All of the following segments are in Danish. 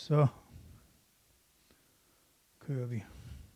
Så kører vi.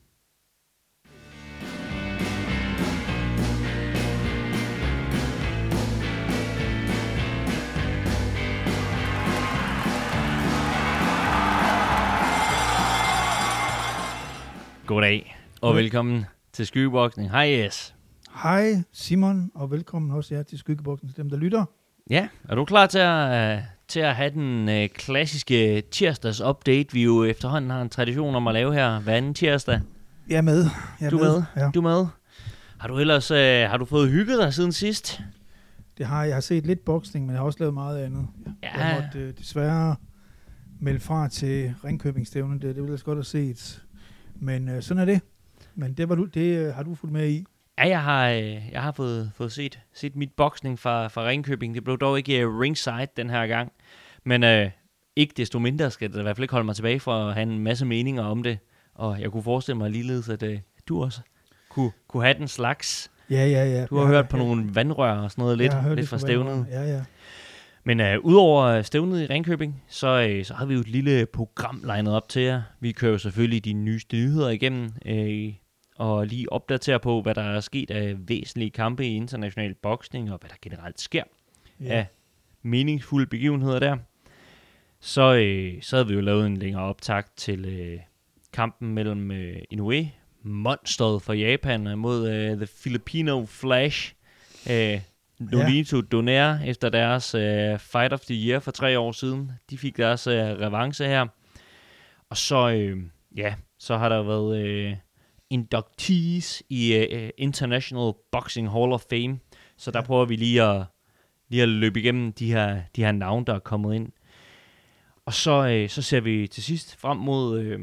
Goddag og velkommen til Skyggeboksning. Hej Jes. Hej Simon, og velkommen også jer til Skyggeboksning, til dem der lytter. Ja, er du klar til at have den klassiske tirsdags update, vi jo efterhånden har en tradition om at lave her hver anden tirsdag? Jeg er med. Du er med? Har du ellers har du fået hygget dig siden sidst? Det har jeg. Har set lidt boksning, men jeg har også lavet meget andet. Ja. Jeg måtte desværre melde fra til Ringkøbing-stævnen. Det ville jeg godt have set. Men sådan er det. Men det har du fulgt med i. Ja, jeg har fået set mit boksning fra Ringkøbing. Det blev dog ikke ringside den her gang. Men ikke desto mindre skal det i hvert fald ikke holde mig tilbage for at have en masse meninger om det. Og jeg kunne forestille mig ligeledes, at du også kunne have den slags. Ja. Du har hørt på nogle vandrør og sådan noget lidt fra stævnet. Ja. Men udover stævnet i Ringkøbing, så har vi jo et lille program legnet op til jer. Vi kører jo selvfølgelig de nyeste nyheder igennem, og lige opdaterer på, hvad der er sket af væsentlige kampe i international boksning, og hvad der generelt sker af meningsfulde begivenheder der. Så havde vi jo lavet en længere optakt til kampen mellem Inoue, monsteret fra Japan, mod The Filipino Flash, Nonito Donaire, efter deres Fight of the Year for 3 år siden. De fik deres revanche her. Og så har der været inductees i International Boxing Hall of Fame. Så der prøver vi lige at løbe igennem de her navne, der er kommet ind. Og så ser vi til sidst frem mod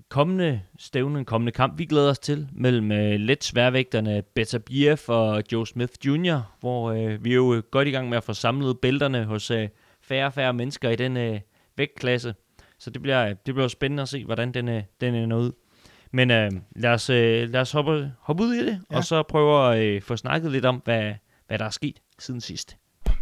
kommende kamp, vi glæder os til, mellem let sværvægterne Beterbiev og Joe Smith Jr., hvor vi er jo godt i gang med at få samlet bælterne hos færre mennesker i den vægtklasse. Så det bliver spændende at se, hvordan den ender ud. Men lad os hoppe ud i det, og så prøve at få snakket lidt om, hvad der er sket siden sidst.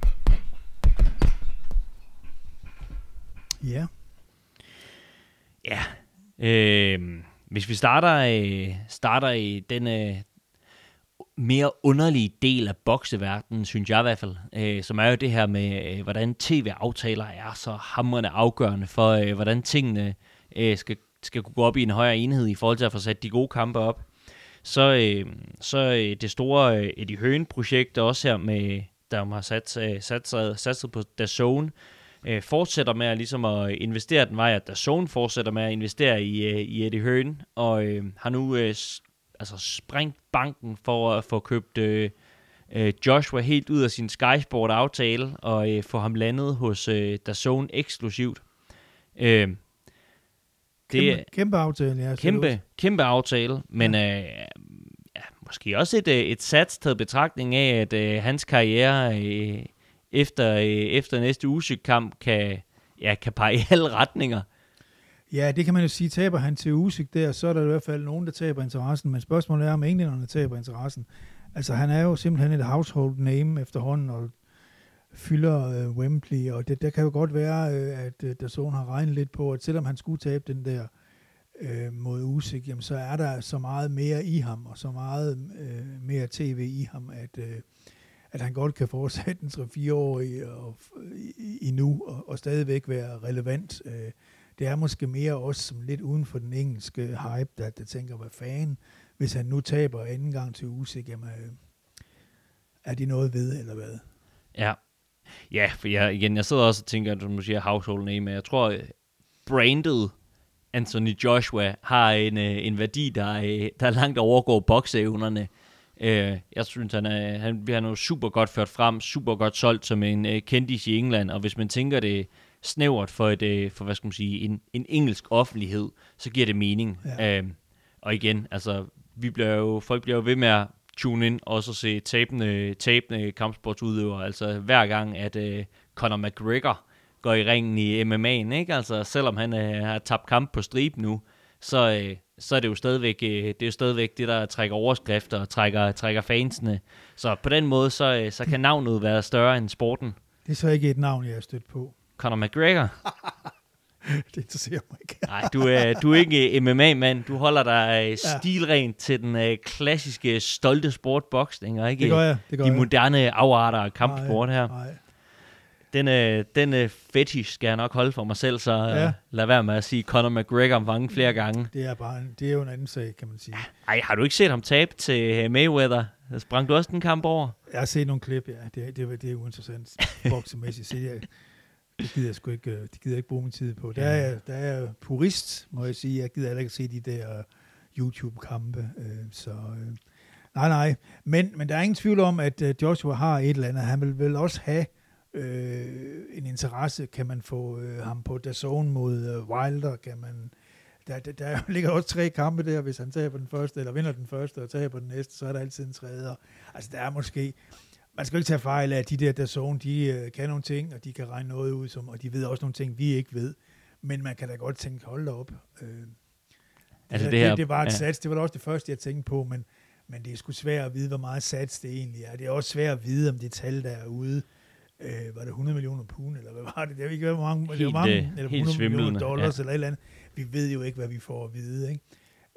Ja. Ja. Hvis vi starter i den mere underlige del af bokseverdenen, synes jeg i hvert fald, som er jo det her med, hvordan tv-aftaler er så hamrende afgørende for, hvordan tingene skal kunne gå op i en højere enhed i forhold til at få sat de gode kampe op. Så det store Eddie Hearn-projekt også her, der har sat sig på DAZN, fortsætter med at investere den vej, at DAZN fortsætter med at investere i Eddie Hearn, og har nu sprængt banken for at få købt Joshua helt ud af sin Sky Sport-aftale, og få ham landet hos DAZN eksklusivt. Kæmpe aftale, ja. Kæmpe aftale, men måske også et sats taget betragtning af, at hans karriere efter næste Usyk-kamp kan pege i alle retninger. Ja, det kan man jo sige. Taber han til Usyk der, så er der i hvert fald nogen, der taber interessen, men spørgsmålet er, om englænderne taber interessen. Altså, han er jo simpelthen et household name efterhånden, og fylder Wembley, og det kan jo godt være, at DAZN har regnet lidt på, at selvom han skulle tabe den der mod Usyk, jamen, så er der så meget mere i ham, og så meget mere tv i ham, at han godt kan fortsætte en 3-4 år endnu, og stadigvæk være relevant. Det er måske mere også som lidt uden for den engelske hype, der tænker, hvad fanden, hvis han nu taber anden gang til Usyk, jamen, er det noget ved, eller hvad? Ja, for jeg sidder også og tænker, at du siger household name, men jeg tror, brandet Anthony Joshua har en værdi, der langt overgår bokseevnerne. Jeg synes, han bliver nu super godt ført frem, super godt solgt som en kendis i England, og hvis man tænker det snævert for hvad skal man sige, en engelsk offentlighed, så giver det mening. Ja. Og igen, altså, folk bliver jo ved med at tune ind og så se tabende kampsportsudøvere, altså hver gang, at Conor McGregor går i ringen i MMA'en, ikke? Altså, selvom han har tabt kamp på stribe nu, så er det jo stadigvæk det, der trækker overskrifter og trækker fansene. Så på den måde, så kan navnet være større end sporten. Det er så ikke et navn, jeg har stødt på. Conor McGregor? Det interesserer mig ikke. Nej, du er ikke MMA-mand. Du holder dig stilrent til den klassiske, stolte sportboksning, og ikke det gør jeg. de moderne afarter af kampsport her. Nej. Den fetish skal jeg nok holde for mig selv, så lad være med at sige Conor McGregor mange flere gange. Det er jo en anden sag, kan man sige. Ej, har du ikke set ham tabe til Mayweather? Sprang du også den kamp over? Jeg har set nogle klip, ja. Det er uinteressant boksemæssigt. Det gider jeg sgu ikke, det gider jeg ikke bruge min tid på. Der er jeg purist, må jeg sige. Jeg gider heller ikke se de der YouTube-kampe. Nej. Men der er ingen tvivl om, at Joshua har et eller andet. Han vil vel også have en interesse. Kan man få ham på DAZN mod Wilder? Kan man... Der ligger også 3 kampe der, hvis han taber den første, eller vinder den første og taber den næste, så er der altid en tredje. Altså der er måske... Man skal ikke tage fejl af, at de der DAZN, de kan nogle ting, og de kan regne noget ud, og de ved også nogle ting, vi ikke ved. Men man kan da godt tænke, hold da op. Altså det var et sats, det var da også det første, jeg tænkte på, men det er sgu svært at vide, hvor meget sats det egentlig er. Det er også svært at vide, om det tal, der er ude, var det 100 millioner pund, eller hvad var det? Det er ikke hvor mange, helt, det var mange, eller 100 millioner dollars, eller et eller andet. Vi ved jo ikke, hvad vi får at vide, ikke?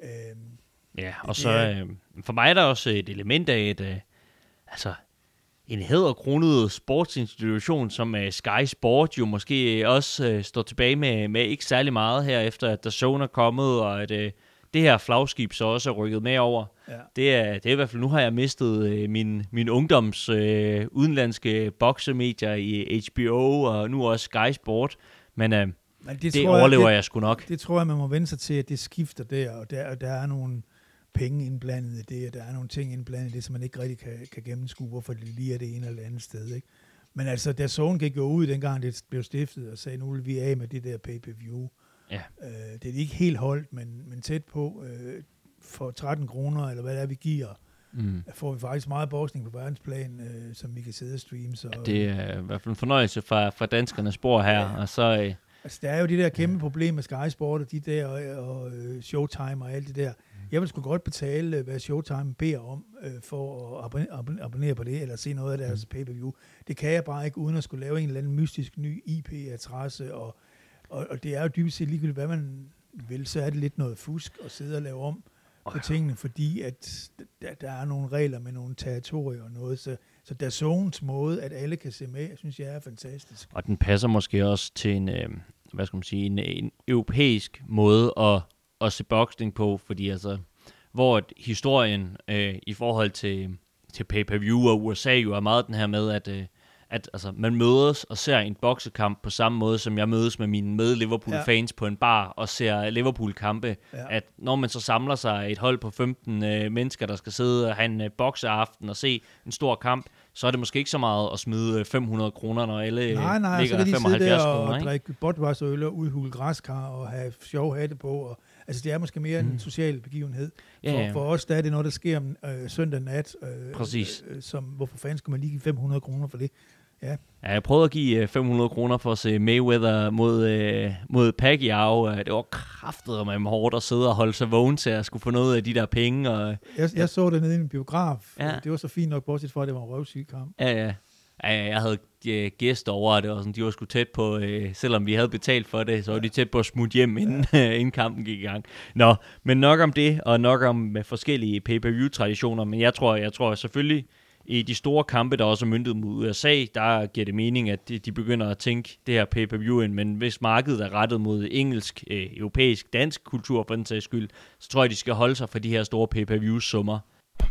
Og så for mig er der også et element af, at en hæderkronet sportsinstitution som Sky Sport jo måske også står tilbage med ikke særlig meget her, efter at DAZN er kommet, og at det her flagskib så også er rykket med over. Ja. Det er i hvert fald, nu har jeg mistet min ungdoms udenlandske boksemedier i HBO, og nu også Sky Sport, men det overlever jeg sgu nok. Det tror jeg, man må vende sig til, at det skifter der, og der er nogle penge indblandet i det, og der er nogle ting indblandet i det, som man ikke rigtig kan gennemskue, hvorfor det lige er det ene eller andet sted. Ikke? Men altså, DAZN gik jo ud, dengang det blev stiftet, og sagde, nu vil vi af med det der pay-per-view. Ja. Det er ikke helt holdt, men tæt på. For 13 kroner, eller hvad det er, vi giver, får vi faktisk meget boksning på verdensplan, som vi kan sidde og streame. Så, det er i hvert fald en fornøjelse fra danskernes spor her, og så... Altså, der er jo de der kæmpe problemer med Sky Sport, og de der, og Showtime og alt det der. Jeg vil sgu godt betale, hvad Showtime beder om, for at abonnere på det, eller se noget af deres pay-per-view. Det kan jeg bare ikke, uden at skulle lave en eller anden mystisk ny IP-adresse, og det er jo dybest set ligegyldigt, hvad man vil, så er det lidt noget fusk at sidde og lave om på tingene, fordi at der er nogle regler med nogle territorier og noget, så DAZNs måde, at alle kan se med, synes jeg er fantastisk. Og den passer måske også til en europæisk måde at se boksning på, fordi altså, hvor historien i forhold til pay-per-view og USA jo er meget den her med, at altså, man mødes og ser en boksekamp på samme måde, som jeg mødes med mine med-Liverpool-fans på en bar og ser Liverpool-kampe. Ja. At når man så samler sig et hold på 15 mennesker, der skal sidde og have en bokseaften og se en stor kamp, så er det måske ikke så meget at smide 500 kroner, når alle ligger 75 kroner. Nej, så kan de sidde der og drikke Budweiser-øl og udhule græskar og have sjov hatte på. Og, altså, det er måske mere en social begivenhed. For os der er det noget, der sker søndag nat. Præcis. Hvorfor fanden skulle man lige give 500 kroner for det? Ja, jeg prøvede at give 500 kroner for at se Mayweather mod Pacquiao. Det var kraftedeme med hårdt at sidde og holde sig vågen til at skulle få noget af de der penge. Og jeg så det nede i en biograf. Ja. Det var så fint nok, bortset fra, at det var en røvsyg kamp. Ja, jeg havde gæster over det, og sådan, de var sgu tæt på, selvom vi havde betalt for det, så var de tæt på at smutte hjem, inden kampen gik i gang. Nå, men nok om det, og nok om forskellige pay-per-view-traditioner, men jeg tror selvfølgelig, i de store kampe, der også er møntet mod USA, der giver det mening, at de begynder at tænke det her pay-per-view ind, men hvis markedet er rettet mod engelsk, europæisk, dansk kultur for den sags skyld, så tror jeg, de skal holde sig for de her store pay-per-view-summer.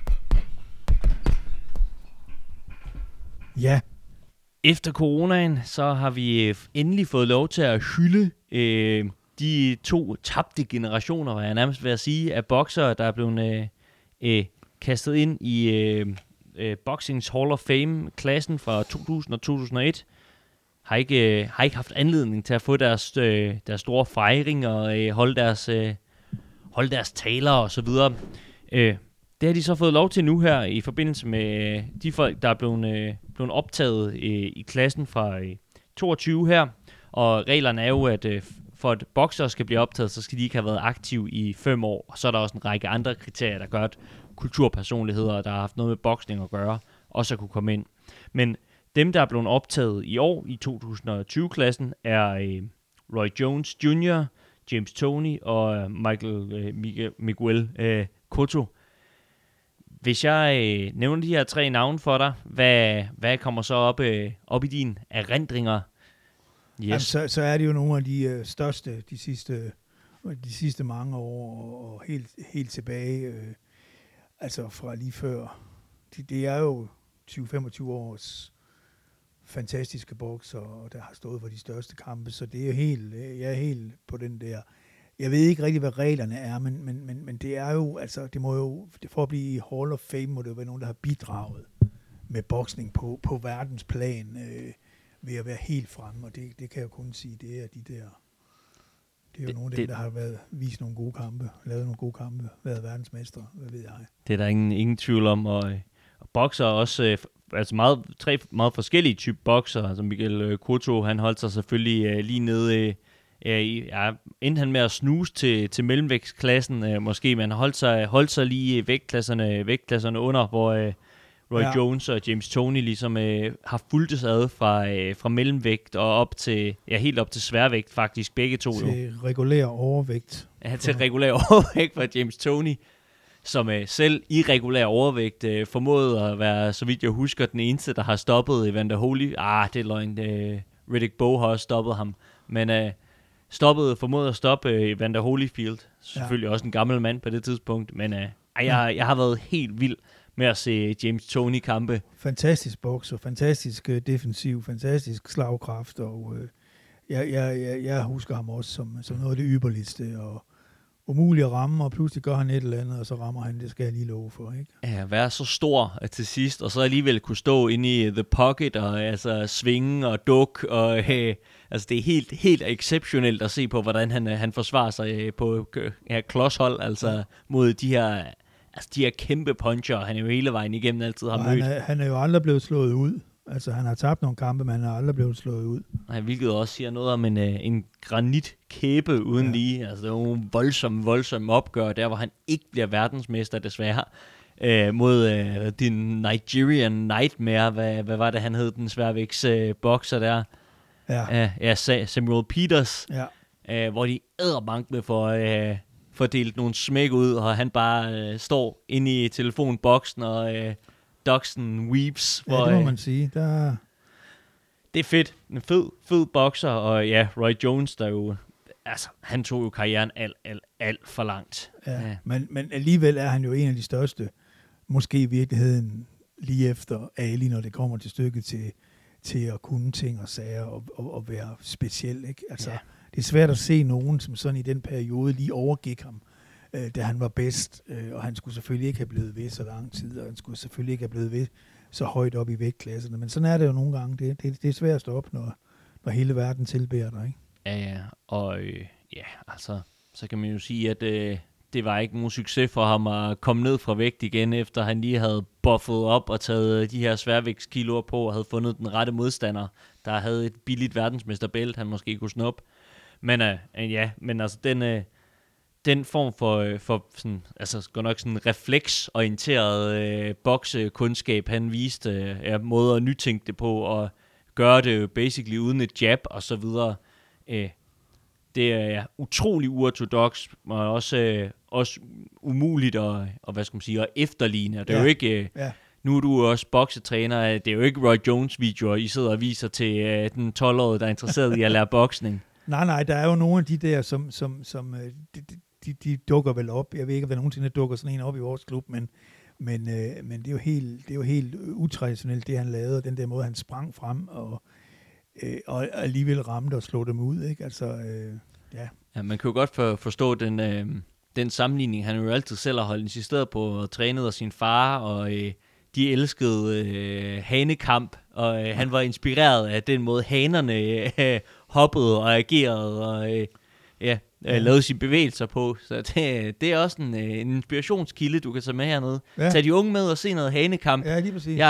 Ja. Efter coronaen, så har vi endelig fået lov til at hylde de 2 tabte generationer, hvad jeg nærmest vil sige, af boksere, der er blevet kastet ind i Boxings Hall of Fame-klassen fra 2000 og 2001. Har ikke haft anledning til at få deres store fejring og holde deres taler og så videre. Det har de så fået lov til nu her i forbindelse med de folk, der er blevet optaget i klassen fra 22 her. Og reglerne er jo, at for at boksere skal blive optaget, så skal de ikke have været aktive i 5 år. Og så er der også en række andre kriterier, der gør, at kulturpersonligheder, der har haft noget med boksning at gøre, også at kunne komme ind. Men dem, der er blevet optaget i år, i 2020-klassen, er Roy Jones Jr., James Toney og Miguel Cotto. Hvis jeg nævner de her 3 navne for dig, hvad kommer så op i dine erindringer? Yes. Jamen, så er det jo nogle af de største de sidste mange år, og helt tilbage, altså fra lige før. Det er jo 20-25 års fantastiske bokser, der har stået for de største kampe, så det er jeg er helt på den der. Jeg ved ikke rigtig, hvad reglerne er, men det er jo, altså, det må jo, for at blive i Hall of Fame, må det jo være nogen, der har bidraget med boksning på verdensplan, ved at være helt fremme, og det kan jeg jo kun sige, det er de der. Det er jo nogle af dem, der har vist nogle gode kampe, lavet nogle gode kampe, været verdensmestre, hvad ved jeg. Det er der ingen tvivl om, og bokser også, altså 3 meget forskellige typer bokser. Altså Miguel Cotto, han holdt sig selvfølgelig lige nede, endte han med at snuse til mellemvægtsklassen, måske, men holdt sig lige vægtklasserne under, hvor Roy Jones og James Toney ligesom har fulgtes ad fra mellemvægt og op til, helt op til sværvægt faktisk, begge to. Til regulær overvægt. Ja, til regulær overvægt fra James Toney, som selv i regulær overvægt formåede at være, så vidt jeg husker, den eneste, der har stoppet Evander Holyfield. Det er løgn. Riddick Bowe har også stoppet ham. Men formåede at stoppe Evander Holyfield. Selvfølgelig også en gammel mand på det tidspunkt. Men jeg har været helt vild med at se James Toney kampe. Fantastisk bokser, fantastisk defensiv, fantastisk slagkraft, og jeg husker ham også som noget af det ypperligste, og umuligt at ramme, og pludselig gør han et eller andet, og så rammer han, det skal jeg lige love for, ikke? Ja, være så stor til sidst, og så alligevel kunne stå inde i the pocket, og altså svinge og dukke, og altså det er helt exceptionelt at se på, hvordan han forsvarer sig på klodshold, altså mod de her kæmpe puncher, han er jo hele vejen igennem altid har mødt. Han er jo aldrig blevet slået ud. Altså, han har tabt nogle kampe, men han er aldrig blevet slået ud. Nej, hvilket også siger noget om en granitkæbe uden lige. Altså, det er jo en voldsom opgør, der hvor han ikke bliver verdensmester, desværre. Mod din Nigerian Nightmare, hvad var det, han hed, den sværvægts bokser der? Ja, Samuel Peters. Ja. Hvor de æderbankende får delt nogle smæk ud, og han bare står inde i telefonboksen og Duxton weeps. Ja, det må man sige. Det er fedt. En fed bokser, og Roy Jones, der jo, altså, han tog jo karrieren alt for langt. Ja. Men alligevel er han jo en af de største, måske i virkeligheden lige efter Ali, når det kommer til stykket til at kunne ting og sager og være speciel, ikke? Altså, det er svært at se nogen, som sådan i den periode lige overgik ham, da han var bedst, og han skulle selvfølgelig ikke have blevet ved så lang tid, og han skulle selvfølgelig ikke have blevet ved så højt op i vægtklasserne, men sådan er det jo nogle gange. Det er svært at stå op, når hele verden tilbærer dig, ikke? Ja, og altså, så kan man jo sige, at det var ikke nogen succes for ham at komme ned fra vægt igen, efter han lige havde buffet op og taget de her sværvægtskiloer på, og havde fundet den rette modstander, der havde et billigt verdensmesterbælt, han måske kunne snuppe. Men men altså den form for sådan, altså godt nok sådan refleksorienteret boksekundskab, han viste måder at nytænke det på, og gøre det basically uden et jab og så videre. Det er utrolig uortodoks, og også umuligt at hvad skal man sige, at efterligne. Det er jo ikke nu er du også boksetræner, det er jo ikke Roy Jones videoer, I sidder og viser til den 12-årige, der er interesseret i at lære boksning. Nej, der er jo nogle af de der, som de dukker vel op. Jeg ved ikke, om der nogensinde dukker sådan en op i vores klub, men det er jo helt utraditionelt, det han lavede, den der måde, han sprang frem, og alligevel ramte og slog dem ud, ikke? Altså, Ja, man kan jo godt forstå den sammenligning. Han jo altid selv har holdt insisteret på at træne af sin far, og de elskede hanekamp, og han var inspireret af den måde, hanerne hoppede og agerede, og lavede sine bevægelser på. Så det er også en inspirationskilde, du kan tage med hernede. Ja. Tag de unge med og se noget hanekamp. Ja, lige præcis.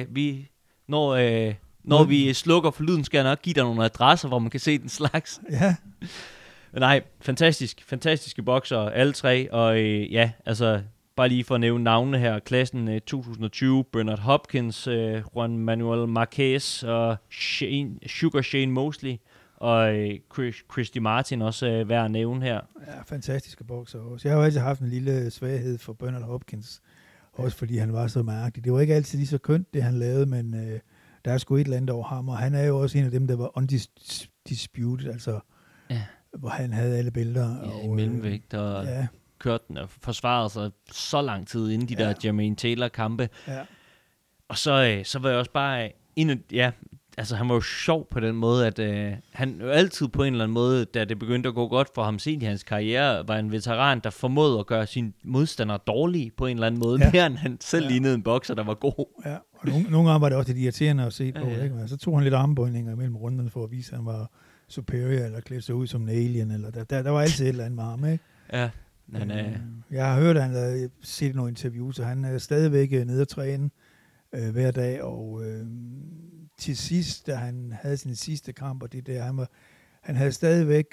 Når vi slukker for lyden, skal jeg nok give dig nogle adresser, hvor man kan se den slags. Ja. Nej, fantastiske bokser, alle tre, og altså bare lige for at nævne navnene her, klassen 2020, Bernard Hopkins, Juan Manuel Marquez og Shane Mosley, Og Christy Martin også værd at nævne her. Ja, fantastiske bokser også. Jeg har jo altid haft en lille svaghed for Bernard Hopkins, også fordi han var så mærkelig. Det var ikke altid lige så kønt, det han lavede, men der er sgu et eller andet over ham, og han er jo også en af dem, der var undisputed, altså hvor han havde alle billeder. Ja, og, i mellemvægt, og kørte den og forsvarede sig så lang tid inden de der Jermaine Taylor-kampe. Ja. Og så var jeg også bare altså han var jo sjov på den måde, at han jo altid på en eller anden måde, da det begyndte at gå godt for ham sent i hans karriere, var en veteran, der formåede at gøre sine modstandere dårlige på en eller anden måde, mere end han selv lignede en bokser, der var god. Ja, og nogle gange var det også lidt irriterende at se på, ikke? Men så tog han lidt armbøjninger imellem runderne for at vise, at han var superior, eller klædte sig ud som en alien, eller der var altid et eller andet med ham, ikke? Ja. Jeg har hørt, at han havde set nogle interviews, og han er stadigvæk nede at træne hver dag, og til sidst, da han havde sin sidste kamp, og det der, han havde stadigvæk,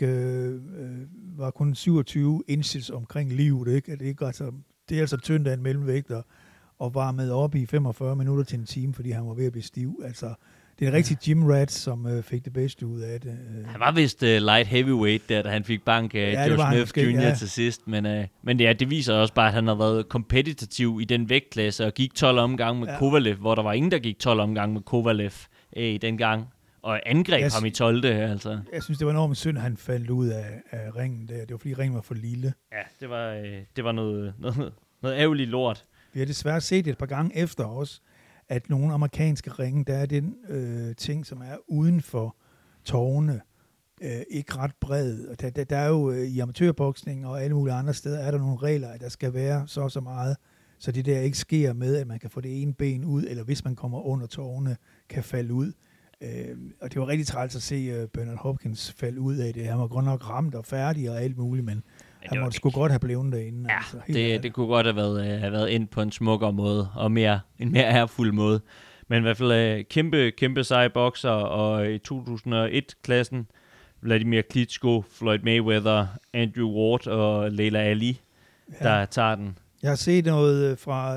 var kun 27 inches omkring livet, ikke? Det er altså tyndt af en mellemvægter, og varmet op i 45 minutter til en time, fordi han var ved at blive stiv. Altså, det er en rigtig Jim Rat, som fik det bedste ud af det. Han var vist light heavyweight der, da han fik bank af Joe Smith Jr. til sidst. Men det viser også bare, at han har været kompetitiv i den vægtklasse og gik 12 omgange med Kovalev, hvor der var ingen, der gik 12 omgange med Kovalev i den gang. Og angreb ham i 12. Altså. Jeg synes, det var enormt synd, at han faldt ud af ringen der. Det var fordi ringen var for lille. Ja, det var noget ærgerligt lort. Vi har desværre set et par gange efter også, at nogle amerikanske ringe, der er den ting, som er uden for tårne, ikke ret bred. Og der er jo i amatørboksning og alle mulige andre steder, er der nogle regler, at der skal være så meget, så det der ikke sker med, at man kan få det ene ben ud, eller hvis man kommer under tårne, kan falde ud. Og det var rigtig træls at se Bernard Hopkins falde ud af det. Han var godt nok ramt og færdig og alt muligt, men han måtte sgu godt have blevet derinde. Ja, altså, det kunne godt have været ind på en smukkere måde, og en mere ærefuld måde. Men i hvert fald kæmpe seje bokser, og i 2001-klassen, Vladimir Klitschko, Floyd Mayweather, Andrew Ward og Laila Ali, der tager den. Jeg har set noget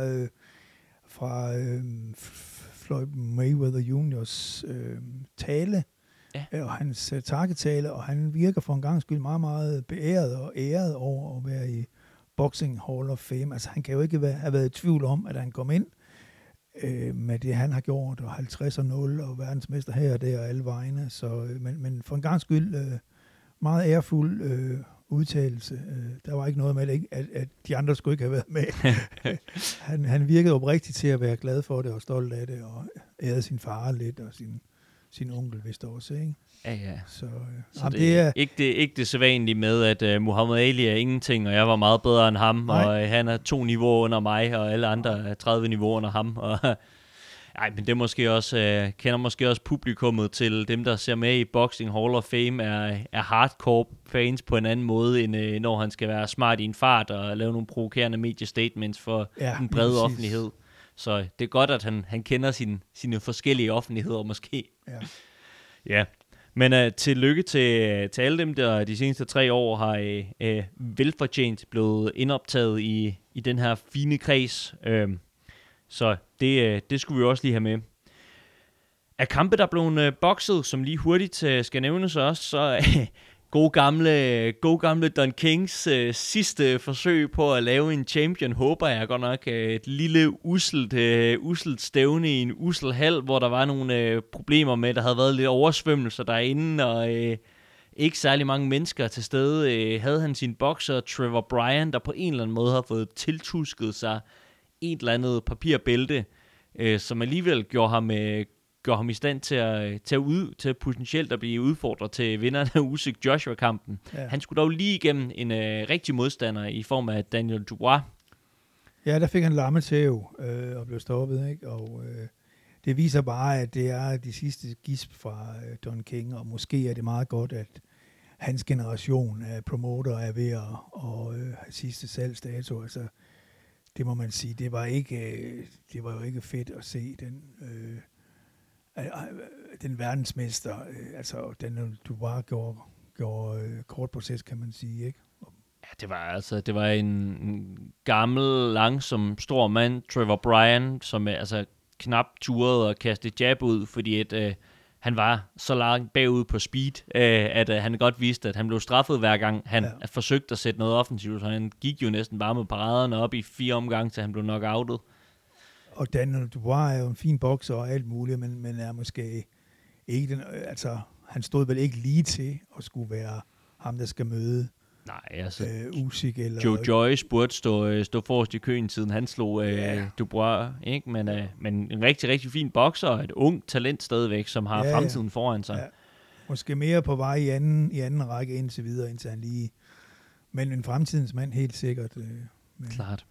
fra Floyd Mayweather Juniors tale, og hans takketale, og han virker for en gang skyld meget, meget beæret og æret over at være i Boxing Hall of Fame. Altså han kan jo ikke have været i tvivl om, at han kom ind med det, han har gjort, og 50-0 og verdensmester her og der og alle vegne. Så, men for en gang skyld meget ærefuld udtalelse. Der var ikke noget med, at de andre skulle ikke have været med. han virkede oprigtigt til at være glad for det og stolt af det, og ærede sin far lidt, og sin onkel vist også, ikke? Ja. Så det er ikke det sædvanlige med, at Muhammad Ali er ingenting, og jeg var meget bedre end ham, og han er 2 niveauer under mig, og alle andre er 30 niveauer under ham. Men det er måske også, kender måske også publikummet til dem, der ser med i Boxing Hall of Fame, er hardcore fans på en anden måde, end når han skal være smart i en fart og lave nogle provokerende mediestatements for den brede offentlighed. Så det er godt, at han kender sine forskellige offentligheder måske. Ja. Men tillykke til alle dem, der de seneste 3 år har velfortjent blevet indoptaget i den her fine kreds. Så det skulle vi også lige have med. Af kampe, der blev bokset, som lige hurtigt skal nævnes også, så god gamle Don Kings sidste forsøg på at lave en champion, håber jeg godt nok. Et lille usselt stævne i en ussel hal, hvor der var nogle problemer med, der havde været lidt oversvømmelser derinde, og ikke særlig mange mennesker til stede. Havde han sin bokser, Trevor Bryan, der på en eller anden måde har fået tiltusket sig et eller andet papirbælte, som alligevel gjorde ham i stand til potentielt at blive udfordret til vinderen af Usyk Joshua-kampen. Ja. Han skulle dog lige igennem en rigtig modstander i form af Daniel Dubois. Ja, der fik han lammetæv og blev stoppet, ikke? Og det viser bare, at det er de sidste gisp fra Don King, og måske er det meget godt, at hans generation af promoter er ved at have sidste salgsdato. Altså, det må man sige, det var jo ikke fedt at se den verdensmester, altså Daniel Dubois gjorde kort proces, kan man sige, ikke? Ja, det var en gammel, langsom, stor mand, Trevor Bryan, som knap turede at kaste jab ud, fordi han var så langt bagud på speed, at han godt vidste, at han blev straffet hver gang, han forsøgte at sætte noget offensivt, så han gik jo næsten bare med paraderne op i 4 omgange, til han blev knockoutet. Og Daniel Dubois er jo en fin bokser og alt muligt, men er måske ikke den, altså han stod vel ikke lige til at skulle være ham, der skal møde Usyk eller... Joe Joyce burde stå forrest i køen, siden han slog Dubois, ikke? Men en rigtig, rigtig fin bokser, og et ungt talent stadigvæk, som har fremtiden foran sig. Ja. Måske mere på vej i anden række indtil videre, indtil han lige... Men en fremtidens mand helt sikkert. Klart.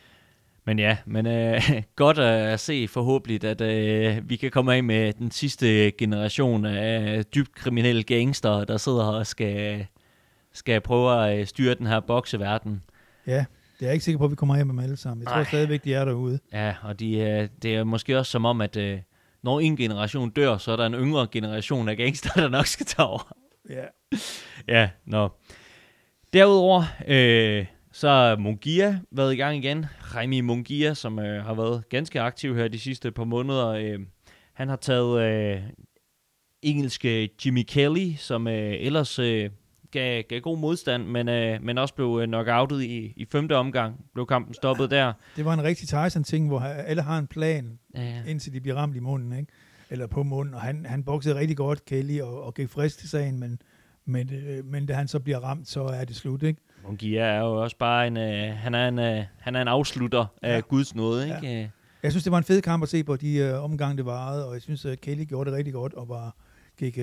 Men godt at se forhåbentlig, at vi kan komme af med den sidste generation af dybt kriminelle gangster, der sidder og skal prøve at styre den her bokseverden. Ja, det er jeg ikke sikker på, at vi kommer af med dem alle sammen. Jeg tror stadigvæk, de er derude. Ja, og det er måske også som om, at når en generation dør, så er der en yngre generation af gangster, der nok skal tage over. Ja. Ja, Derudover... Så har Munguia været i gang igen. Jaime Munguia, som har været ganske aktiv her de sidste par måneder. Han har taget engelske Jimmy Kelly, som ellers gav god modstand, men også blev knockoutet i 5. omgang. Blev kampen stoppet der. Det var en rigtig Tyson-ting, hvor alle har en plan, indtil de bliver ramt i munden, ikke? Eller på munden. Og han boksede rigtig godt, Kelly, og gik frisk til sagen, men da han så bliver ramt, så er det slut, ikke? Munguia er jo også bare han er en afslutter af Guds nåde, ikke? Ja. Jeg synes, det var en fed kamp at se på de omgange, det varede, og jeg synes, at Kelly gjorde det rigtig godt, og gik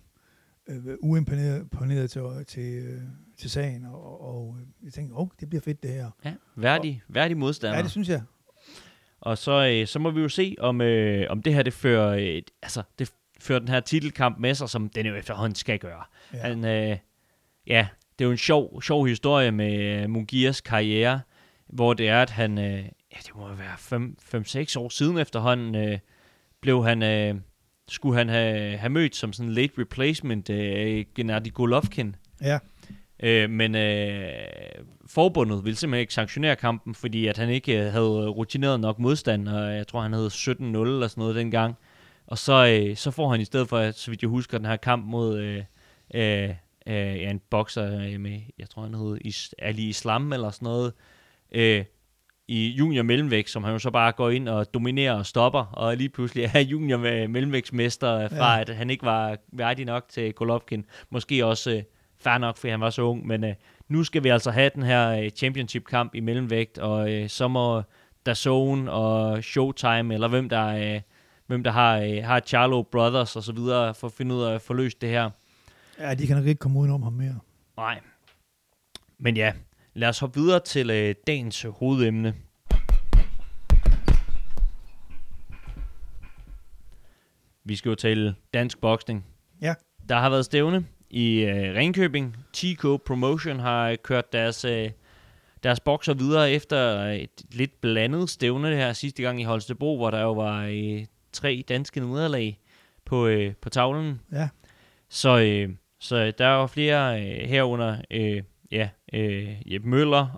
uimponeret til sagen, og jeg tænkte, det bliver fedt det her. Ja, værdig modstander. Ja, det synes jeg. Og så må vi jo se, om det her, det fører den her titelkamp med sig, som den jo efterhånden skal gøre. Ja. Det er jo en sjov historie med Munguias karriere, hvor det er, at han, det må være 5-6 år siden efterhånden, skulle han have mødt som sådan en late replacement Gennady Golovkin. Ja. Men forbundet ville simpelthen ikke sanktionere kampen, fordi at han ikke havde rutineret nok modstand, og jeg tror, han havde 17-0 eller sådan noget dengang. Og så får han i stedet for, så vidt jeg husker, den her kamp mod... en bokser med, jeg tror han hed Ali Islam eller sådan noget, i junior mellemvægt, som han jo så bare går ind og dominerer og stopper, og lige pludselig er junior mellemvægtsmester fra, at han ikke var værdig nok til Golovkin. Måske også fair nok, fordi han var så ung, men nu skal vi altså have den her championship-kamp i mellemvægt, og så må DAZN og Showtime, eller hvem der har Charlo Brothers og så videre, for at finde ud af at få løst det her. Ja, de kan nok ikke komme udenom ham mere. Nej. Men ja, lad os hoppe videre til dagens hovedemne. Vi skal jo tale dansk boksning. Ja. Der har været stævne i Ringkøbing. TK Promotion har kørt deres bokser videre efter et lidt blandet stævne det her sidste gang i Holstebro, hvor der jo var 3 danske nederlag på tavlen. Ja. Så der er jo flere herunder, Jeppe Møller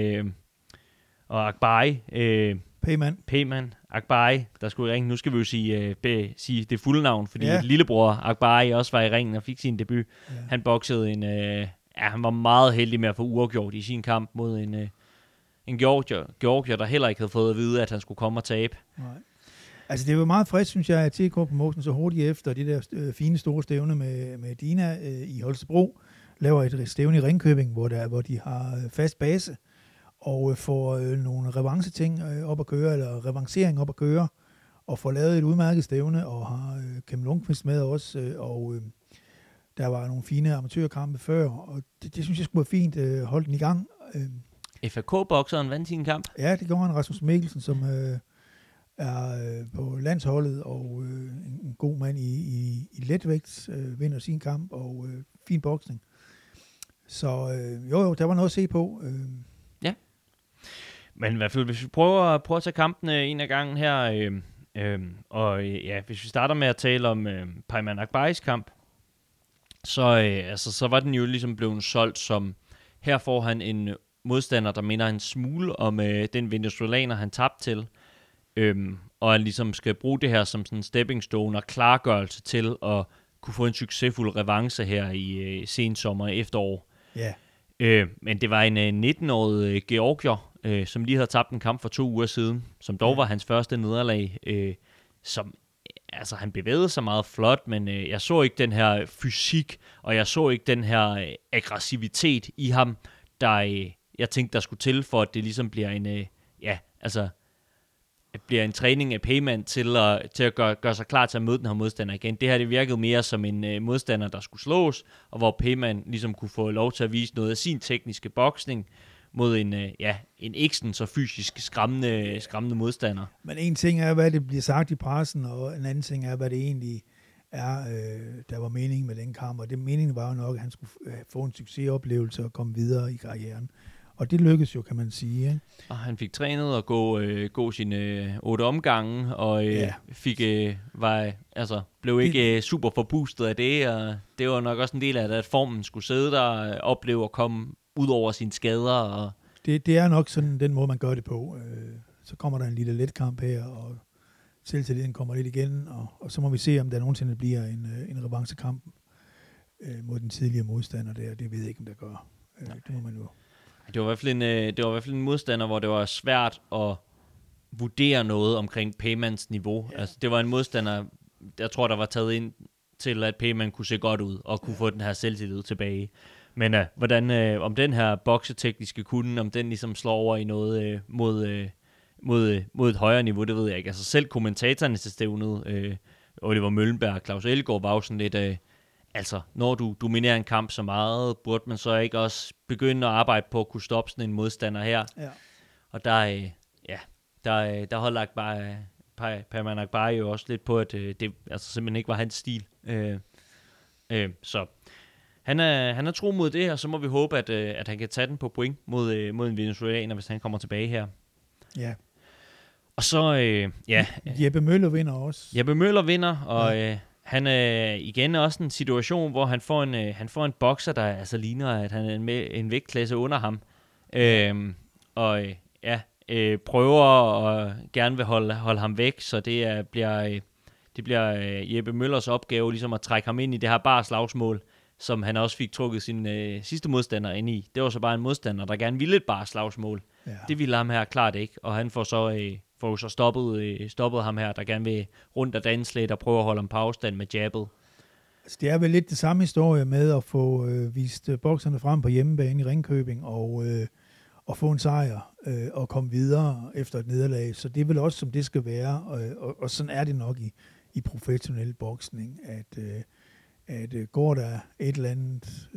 og Akbari. Payman, Akbari, der skulle i ringen. Nu skal vi jo sige det fulde navn, fordi lillebror Akbari også var i ringen og fik sin debut. Ja. Han boksede han var meget heldig med at få uafgjort i sin kamp mod en Georgier, der heller ikke havde fået at vide, at han skulle komme og tabe. Nej. Altså det var meget frisk, synes jeg, at TK Promotion så hurtigt efter de der fine store stævne med Dina i Holstebro, laver et stævne i Ringkøbing, hvor de har fast base, og får nogle revanceting op at køre, eller revancering op at køre, og får lavet et udmærket stævne, og har Kim Lundqvist med også, og der var nogle fine amatørkampe før, og det synes jeg skulle være fint, holdt den i gang. FAK-bokseren vandt sin kamp? Ja, det gjorde han, Rasmus Mikkelsen, som er på landsholdet, og en god mand i letvægt, vinder sin kamp, og fin boksning. Så der var noget at se på. Ja. Men i hvert fald, hvis vi prøver at tage kampen en af gangen her, hvis vi starter med at tale om Payman Akbaris kamp, så var den jo ligesom blevet solgt som, her får han en modstander, der minder en smule om den venezuelaner, han tabte til. og han ligesom skal bruge det her som sådan en stepping stone og klargørelse til at kunne få en succesfuld revanche her i sensommer efterår. Ja. Men det var en 19-årig georgier, som lige havde tabt en kamp for 2 uger siden, som dog var hans første nederlag, som altså han bevægede sig meget flot, men jeg så ikke den her fysik, og jeg så ikke den her aggressivitet i ham, der jeg tænkte, der skulle til, for at det ligesom bliver en træning af Payman til at gøre sig klar til at møde den her modstander igen. Det her, det virkede mere som en modstander, der skulle slås, og hvor Payman ligesom kunne få lov til at vise noget af sin tekniske boksning mod en ikke så fysisk skræmmende modstander. Men en ting er, hvad det bliver sagt i pressen, og en anden ting er, hvad det egentlig er, der var meningen med den kamp. Og det meningen var jo nok, at han skulle få en succesoplevelse og komme videre i karrieren. Og det lykkedes jo, kan man sige. Ikke? Og han fik trænet at gå sine 8 omgange, og blev ikke super forpustet af det. Og det var nok også en del af det, at formen skulle sidde der og opleve at komme ud over sine skader. Og det er nok sådan den måde, man gør det på. Så kommer der en lille let kamp her, og selvtilliden kommer lidt igen, og så må vi se, om der nogensinde bliver en revanchekamp mod den tidligere modstander der. Det ved jeg ikke, om der gør. Det må man jo. Det var i hvert fald en modstander, hvor det var svært at vurdere noget omkring Paymans niveau. Ja. Altså, det var en modstander, jeg tror, der var taget ind til, at Payman kunne se godt ud og kunne få den her selvtillid tilbage. Men om den her boksetekniske kunde, om den ligesom slår over i noget mod et højere niveau, det ved jeg ikke. Altså selv kommentatorerne til stævnet, Oliver Møllenberg og Claus Elgaard, var jo sådan lidt, når du dominerer en kamp så meget, burde man så ikke også begynde at arbejde på at kunne stoppe sådan en modstander her? Ja. Og der holdt Payman Akbari jo også lidt på, at det simpelthen ikke var hans stil. Så han er tro mod det, og så må vi håbe, at han kan tage den på point mod en venezuelaner, hvis han kommer tilbage her. Ja. Og så, Jeppe Møller vinder også. Jeppe Møller vinder, og han er igen også en situation, hvor han får en bokser, der altså ligner, at han er en vægtklasse under ham. Prøver og gerne vil holde ham væk, så det bliver Jeppe Møllers opgave ligesom at trække ham ind i det her bare slagsmål, som han også fik trukket sin sidste modstander ind i. Det var så bare en modstander, der gerne ville et bare slagsmål. Ja. Det ville ham her klart ikke, og han får så stoppet ham her, der gerne vil rundt og danse lidt og prøve at holde ham på afstand med jabbet. Altså, det er vel lidt det samme historie med at få vist bokserne frem på hjemmebane i Ringkøbing og få en sejr og komme videre efter et nederlag. Så det er vel også, som det skal være, og sådan er det nok i professionel boksning, at går der et eller andet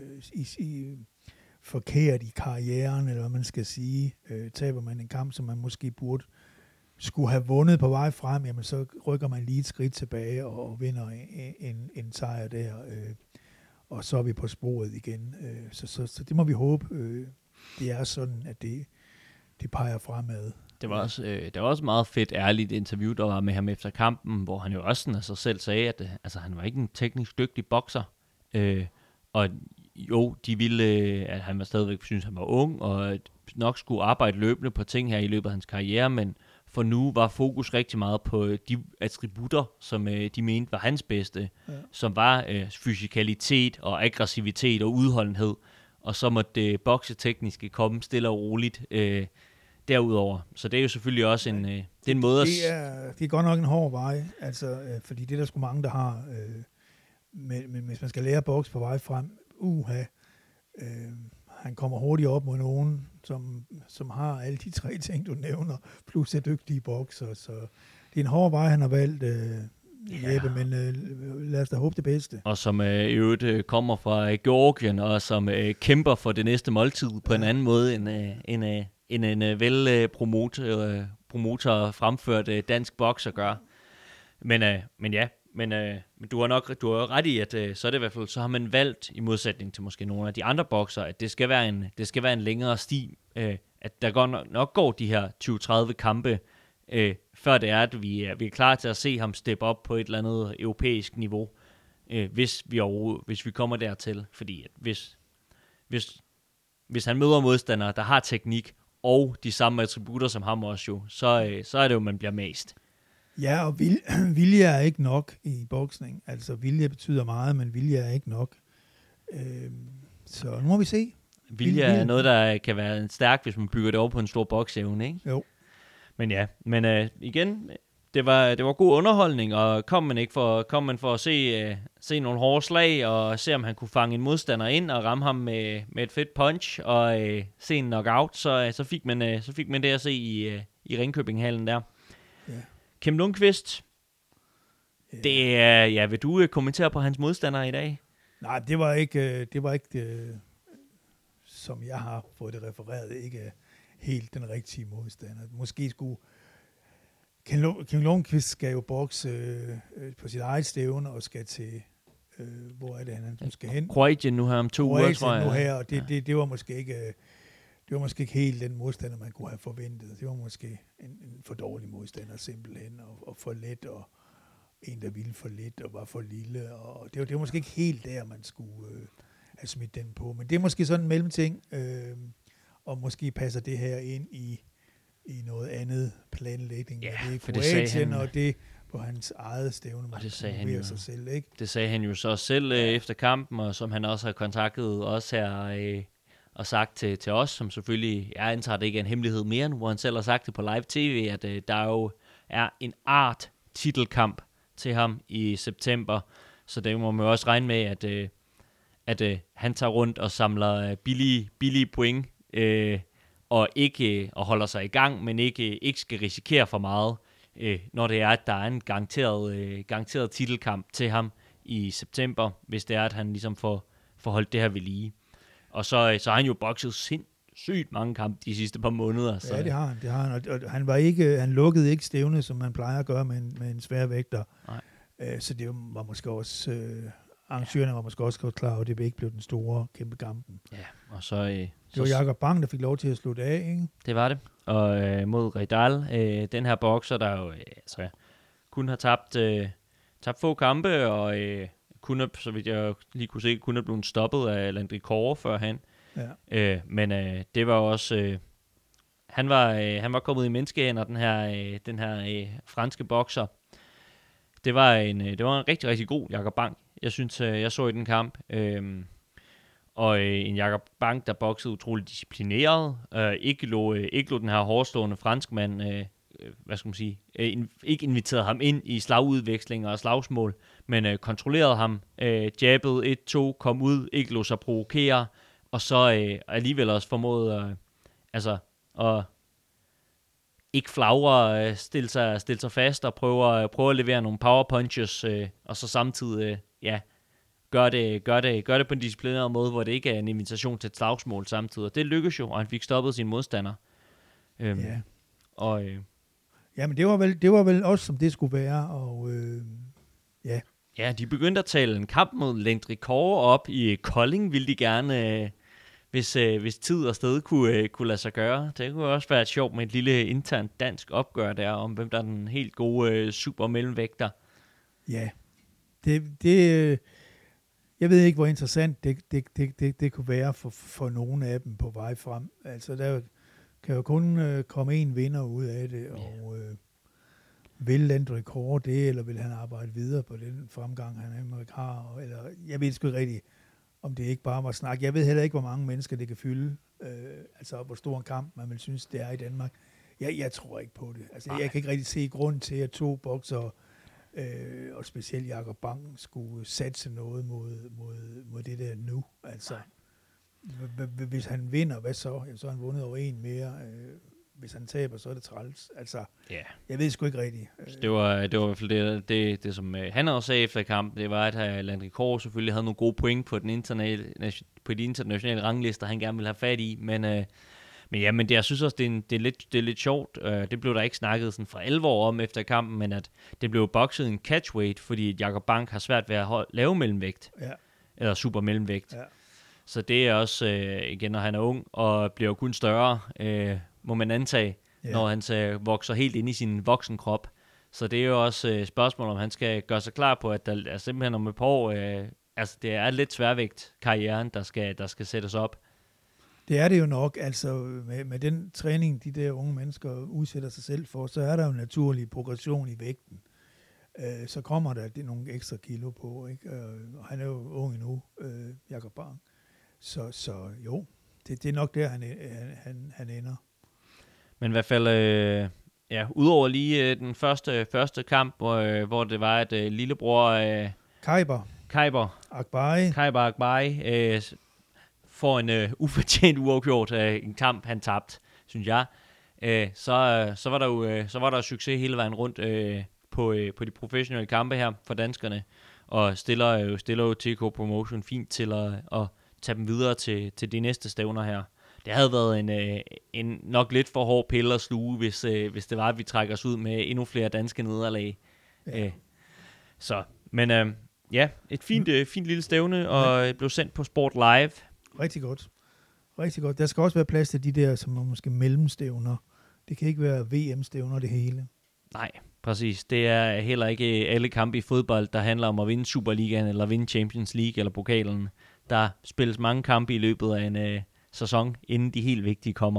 forkert i karrieren, eller hvad man skal sige, taber man en kamp, som man måske skulle have vundet på vej frem, jamen så rykker man lige et skridt tilbage og vinder en sejr der, og så er vi på sporet igen. Så det må vi håbe, det er sådan, at det peger fremad. Det var også meget fedt, ærligt interview, der var med ham efter kampen, hvor han jo også sådan af sig selv sagde, at han var ikke en teknisk dygtig bokser. Og jo, de ville, at han stadigvæk synes, han var ung, og nok skulle arbejde løbende på ting her i løbet af hans karriere, men for nu var fokus rigtig meget på de attributter, som de mente var hans bedste, som var fysikalitet og aggressivitet og udholdenhed, og så måtte det boksetekniske komme stille og roligt derudover. Så det er jo selvfølgelig også en måde at... Det er godt nok en hård vej, altså, fordi det er der sgu mange, der har, men hvis man skal lære boks på vej frem, han kommer hurtigt op mod nogen, som har alle de 3 ting, du nævner, plus er dygtige bokser, så det er en hård vej, han har valgt, Jeppe, men lad os da håbe det bedste. Og som i øvrigt kommer fra Georgien, og som kæmper for det næste måltid på en anden måde, end en promoter fremført dansk bokser gør. Men du har ret i, at så er det i hvert fald, så har man valgt, i modsætning til måske nogle af de andre bokser, at det skal være en længere sti, at der nok går de her 20-30 kampe, før det er, at vi er klar til at se ham steppe op på et eller andet europæisk niveau, hvis vi kommer dertil. Fordi at hvis han møder modstandere, der har teknik og de samme attributter som ham også jo, så er det jo, man bliver mast. Ja, og vilje er ikke nok i boksning. Altså, vilje betyder meget, men vilje er ikke nok. Så nu må vi se. Vilje er noget, der kan være stærkt, hvis man bygger det over på en stor boksevne, ikke? Jo. Men igen, det var god underholdning, og kom man for at se nogle hårde slag, og se om han kunne fange en modstander ind, og ramme ham med et fedt punch, og se en knockout, så fik man det at se i Ringkøbing-hallen der. Ja. Kim Lundqvist, det er, vil du kommentere på hans modstandere i dag? Nej, det var ikke som jeg har fået det refereret, ikke helt den rigtige modstander. Måske skulle Kim Lundqvist skal jo bokse på sit eget stævne og skal til hvor er det han skal hen? Kroatien nu her om 2 uger, tror jeg. Nu her, og det var måske ikke helt den modstander, man kunne have forventet. Det var måske en for dårlig modstander simpelthen, og for let, og en, der ville for lidt og var for lille. Og det var måske ikke helt der, man skulle have smidt den på. Men det er måske sådan en mellemting, og måske passer det her ind i noget andet planlægning. Ja, det er for Kroatien, og det på hans eget stævne, og det sagde han jo sig selv, ikke? Det sagde han jo så selv efter kampen, og som han også har kontaktet os her og sagt til os, som selvfølgelig, jeg antager det ikke er en hemmelighed mere nu, hvor han selv har sagt det på live tv, at der jo er en titelkamp til ham i september, så det må man jo også regne med, at han tager rundt og samler billige point, og ikke og holder sig i gang, men ikke skal risikere for meget, når det er, at der er en garanteret titelkamp til ham i september, hvis det er, at han ligesom får holdt det her ved lige. Og så har han jo bokset sindssygt mange kampe de sidste par måneder. Så. Ja, det har han. Og han lukkede ikke stævnet, som man plejer at gøre med en sværvægter. Nej. Så det var måske også... arrangørerne var måske også godt klar over, at det ikke blev den store kæmpe kampen. Ja, og så... det var Jakob Bang, der fik lov til at slutte af, ikke? Det var det. Og mod Reidal, den her bokser, der jo kun har tabt få kampe, og kunne, så vidt jeg lige kunne se, kunne have blevet stoppet af Landry Kåre førhen. Ja. Men det var også... han var kommet i menneskehænder, den her franske bokser. Det var en rigtig, rigtig god Jakob Bang. Jeg synes, jeg så i den kamp. Og en Jakob Bang, der boksede utroligt disciplineret. Ikke lå den her hårdstående franskmand, hvad skal man sige, ikke inviterede ham ind i slagudvekslinger og slagsmål, men kontrollerede ham, jabbede 1-2, kom ud, ikke lå sig provokere, og så alligevel også formåede at ikke flagre, stille sig fast og prøve at levere nogle power punches, og så samtidig gør det på en disciplineret måde, hvor det ikke er en invitation til et slagsmål samtidig. Det lykkedes jo, og han fik stoppet sin modstander. Ja. Men det var vel også, som det skulle være, og ja. Ja, de begyndte at tale en kamp mod Landry Kåre op i Kolding, ville de gerne, hvis tid og sted kunne lade sig gøre. Det kunne også være sjovt med et lille internt dansk opgør der, om hvem der er den helt gode super mellemvægter. Ja, det jeg ved ikke, hvor interessant det kunne være for nogle af dem på vej frem. Altså, der kan jo kun komme en vinder ud af det, og vil Landry Kåre det, eller vil han arbejde videre på den fremgang, han har, eller jeg ved sgu ikke rigtigt, om det ikke bare var snak. Jeg ved heller ikke, hvor mange mennesker det kan fylde, altså hvor stor en kamp man vil synes, det er i Danmark. Jeg tror ikke på det. Altså, jeg kan ikke rigtig se grund til, at 2 boksere, og specielt Jakob Bang, skulle satse noget mod det der nu. Altså, hvis han vinder, hvad så? Jamen, så har han vundet over en mere. Hvis han taber, så er det træls. Altså, jeg ved sgu ikke rigtigt. Det var i hvert fald det som han også sagde efter kampen, det var, at Landry Kåre selvfølgelig havde nogle gode point på de internationale ranglister, han gerne ville have fat i, men jeg synes også, det er lidt sjovt. Det blev der ikke snakket sådan for alvor om efter kampen, men at det blev bokset en catchweight, fordi Jakob Bang har svært ved at lave mellemvægt, eller super mellemvægt. Ja. Så det er også, igen, når han er ung, og bliver kun større, må man antage, når han vokser helt ind i sin voksenkrop. Så det er jo også et spørgsmål, om han skal gøre sig klar på, at der er simpelthen om et par år, det er lidt sværvægt karrieren, der skal sættes op. Det er det jo nok, altså med den træning, de der unge mennesker udsætter sig selv for, så er der jo en naturlig progression i vægten. Så kommer der nogle ekstra kilo på, ikke? Og han er jo ung endnu, Jakob Bang. Så jo, det er nok der, han ender. Men i hvert fald, udover lige den første kamp, hvor det var, at lillebror Khyber Akbari får en ufortjent uafgjort en kamp, han tabte, synes jeg. Så var der jo succes hele vejen rundt på de professionelle kampe her for danskerne, og stiller jo TK Promotion fint til at tage dem videre til de næste stævner her. Det havde været en nok lidt for hård pille at sluge, hvis det var, at vi trækker os ud med endnu flere danske nederlag. Ja. Et fint lille stævne, og blev sendt på Sport Live. Rigtig godt. Rigtig godt. Der skal også være plads til de der, som er måske mellemstævner. Det kan ikke være VM-stævner det hele. Nej, præcis. Det er heller ikke alle kampe i fodbold, der handler om at vinde Superligaen, eller vinde Champions League, eller pokalen. Der spilles mange kampe i løbet af en sæson, inden de helt vigtige kommer.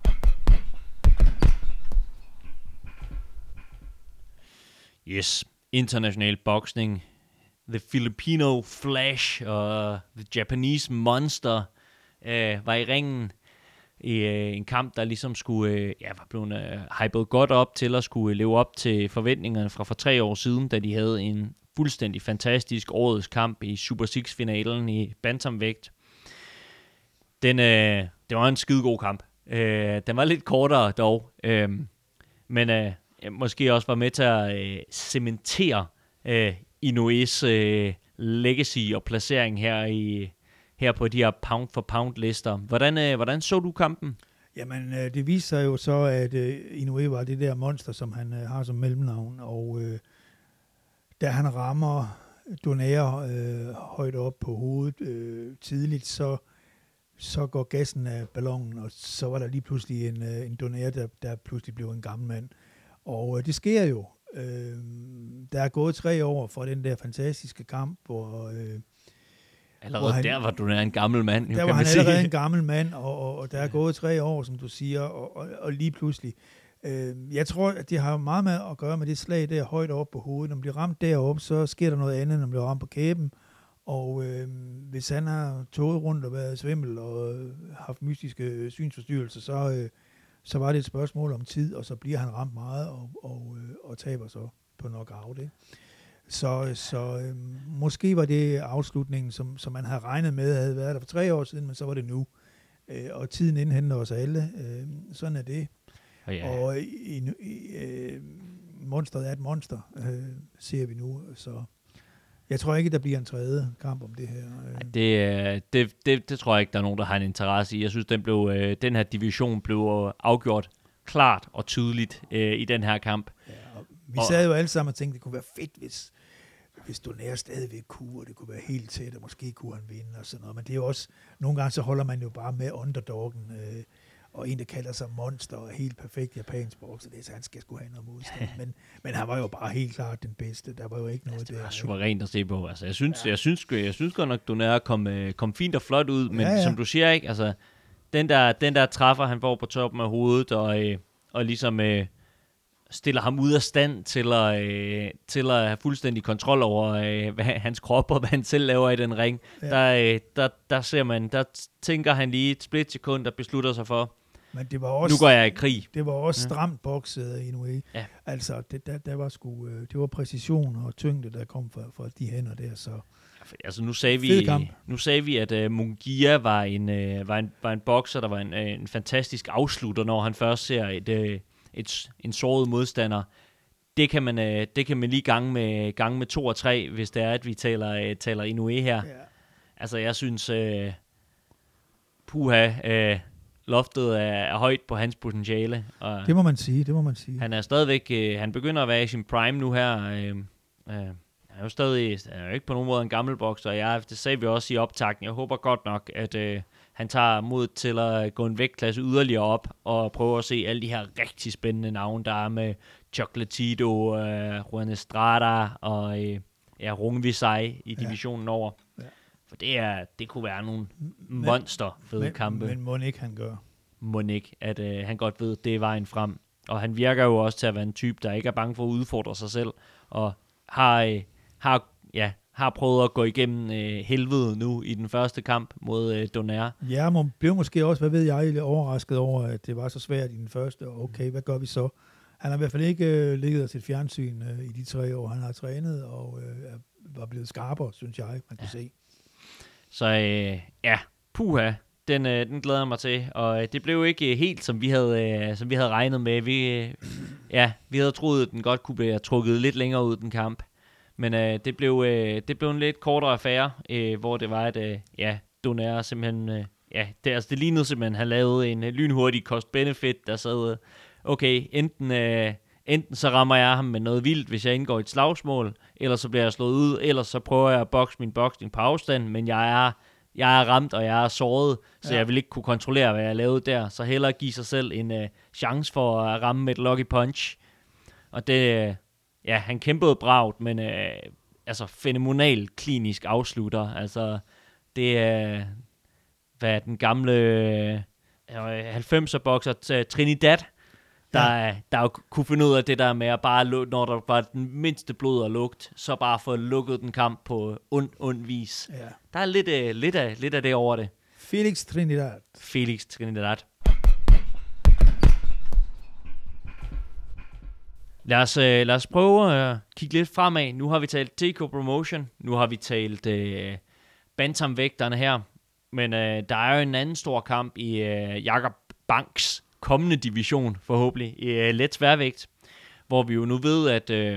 Yes, international boksning. The Filipino Flash og The Japanese Monster var i ringen i en kamp, der ligesom skulle var blevet hypet godt op til at skulle leve op til forventningerne fra for 3 år siden, da de havde en fuldstændig fantastisk årets kamp i Super 6-finalen i bantamvægt. Det var en skidegod kamp. Den var lidt kortere dog, men måske også var med til at cementere Inoues legacy og placering her på de her pound-for-pound-lister. Hvordan så du kampen? Jamen, det viste sig jo så, at Inoue var det der monster, som han har som mellemnavn, og da han rammer Donaire højt op på hovedet tidligt, så går gassen af ballonen, og så var der lige pludselig en Donaire, der pludselig blev en gammel mand. Og det sker jo. Der er gået 3 år fra den der fantastiske kamp, hvor... Allerede der var Donaire en gammel mand. Der var han allerede en gammel mand, og der er gået 3 år, som du siger, og lige pludselig. Jeg tror, at det har meget med at gøre med det slag der højt op på hovedet. Når man bliver ramt deroppe, så sker der noget andet, når man bliver ramt på kæben. Og hvis han har tået rundt og været svimmel og haft mystiske synsforstyrrelser, så var det et spørgsmål om tid, og så bliver han ramt meget og taber så på knockout. Så måske var det afslutningen, som man havde regnet med, havde været der for 3 år siden, men så var det nu. Og tiden indhenter os alle. Sådan er det. Og monsteret er et monster, ser vi nu. Så jeg tror ikke, der bliver en 3. kamp om det her. Det tror jeg ikke, der er nogen, der har en interesse i. Jeg synes, den her division blev afgjort klart og tydeligt i den her kamp. Ja, vi sad jo alle sammen og tænkte, det kunne være fedt, hvis Donaire stadigvæk kunne, og det kunne være helt tæt, og måske kunne han vinde og sådan noget. Men det er jo også, nogle gange så holder man jo bare med underdoggen, og en, der kalder sig monster, og helt perfekt japansk bokser, så han skal sgu have noget modstand. Men han var jo bare helt klart den bedste. Der var jo ikke noget der. Det var suverænt at se på. Altså, jeg synes godt nok, Donaire kom fint og flot ud, men som du siger, ikke? Altså, den der træffer, han får på toppen af hovedet, og ligesom stiller ham ud af stand til at have fuldstændig kontrol over hans krop og hvad han selv laver i den ring. Ja. Der ser man, der tænker han lige et splitsekund, der beslutter sig for, men det var også, nu går jeg i krig. Det var også stramt bokset i Inoue. Ja. Altså, der var det var præcision og tyngde, der kom fra de hænder der, så... Altså nu sagde vi, at Munguia var en bokser, der var en fantastisk afslutter, når han først ser en såret modstander. Det kan man lige gange med 2 og 3, hvis det er, at vi taler Inoue her. Ja. Altså, jeg synes, loftet er højt på hans potentiale. Og det må man sige. Han er stadigvæk, han begynder at være i sin prime nu her. Han er jo ikke på nogen måde en gammel bokser. Det sagde vi også i optakten. Jeg håber godt nok, at han tager mod til at gå en vægtklasse yderligere op og prøve at se alle de her rigtig spændende navne, der er med Chocolatito, Juan Estrada og Rungvisai i divisionen over. Ja. For det kunne være nogle monsterfede kampe. Men må ikke han gør. Må ikke, at han godt ved, det er vejen frem. Og han virker jo også til at være en type, der ikke er bange for at udfordre sig selv, og har prøvet at gå igennem helvede nu i den første kamp mod Donaire. Ja, man blev måske også, hvad ved jeg, overrasket over, at det var så svært i den første. Okay, hvad gør vi så? Han har i hvert fald ikke ligget af sit fjernsyn i de 3 år, han har trænet, og var blevet skarpere, synes jeg, man kan se. Så puha, den glæder jeg mig til, og det blev ikke helt, som vi havde regnet med. Vi havde troet, at den godt kunne blive trukket lidt længere ud, den kamp. Men det blev en lidt kortere affære, hvor det var, at Donaire simpelthen... det lignede simpelthen, han lavede en lynhurtig cost-benefit, der sad... Okay, enten så rammer jeg ham med noget vildt, hvis jeg indgår i et slagsmål, eller så bliver jeg slået ud, eller så prøver jeg at bokse min boksning på afstand, men jeg er ramt, og jeg er såret, så jeg vil ikke kunne kontrollere, hvad jeg lavede der. Så hellere give sig selv en chance for at ramme med et lucky punch. Og det, han kæmpede bravt, men fænomenal klinisk afslutter. Altså, det er, hvad den gamle 90'er bokser Trinidad, der kunne finde ud af det der med at bare, når der var den mindste blod og lugt, så bare få lukket den kamp på ond vis. Ja. Der er lidt af det over det. Felix Trinidad. Lad os prøve at kigge lidt fremad. Nu har vi talt TK Promotion. Nu har vi talt bantamvægterne her. Men der er jo en anden stor kamp i Jakob Banks kommende division, forhåbentlig, i let sværvægt, hvor vi jo nu ved,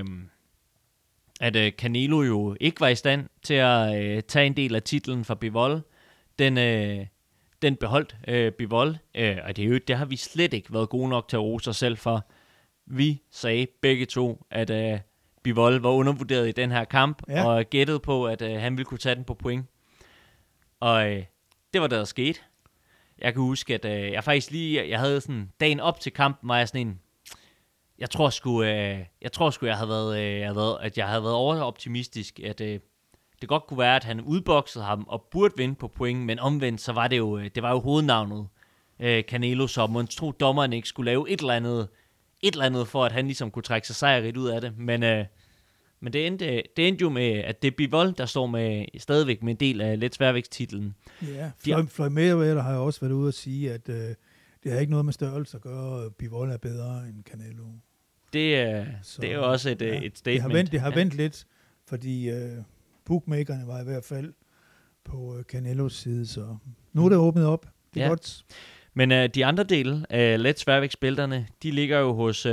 at Canelo jo ikke var i stand til at tage en del af titlen fra Bivol. Den beholdt Bivol, og det har vi slet ikke været gode nok til at rose os selv for. Vi sagde begge to, at Bivol var undervurderet i den her kamp, og gættede på, at han ville kunne tage den på point. Og det var det, der skete. Jeg kan huske, at jeg havde sådan, dagen op til kampen, var jeg sådan en, jeg tror sgu, jeg havde været overoptimistisk, at det godt kunne være, at han udboksede ham og burde vinde på point, men omvendt, så var det var jo hovednavnet Canelo, så man tro, dommeren ikke skulle lave et eller andet for, at han ligesom kunne trække sig sejrigt ud af det, men det endte jo med, at det er Bivol, der står med stadigvæk med en del af let sværvægtstitlen. Ja, Floyd Mayweather har jo også været ude at sige, at det har ikke noget med størrelse at gøre, Bivol er bedre end Canelo. Det er jo også et statement. Det har vendt lidt, fordi bookmakerne var i hvert fald på Canelos side, så nu er det åbnet op. Det er godt. Men de andre dele af let sværvægtsbælterne, de ligger jo hos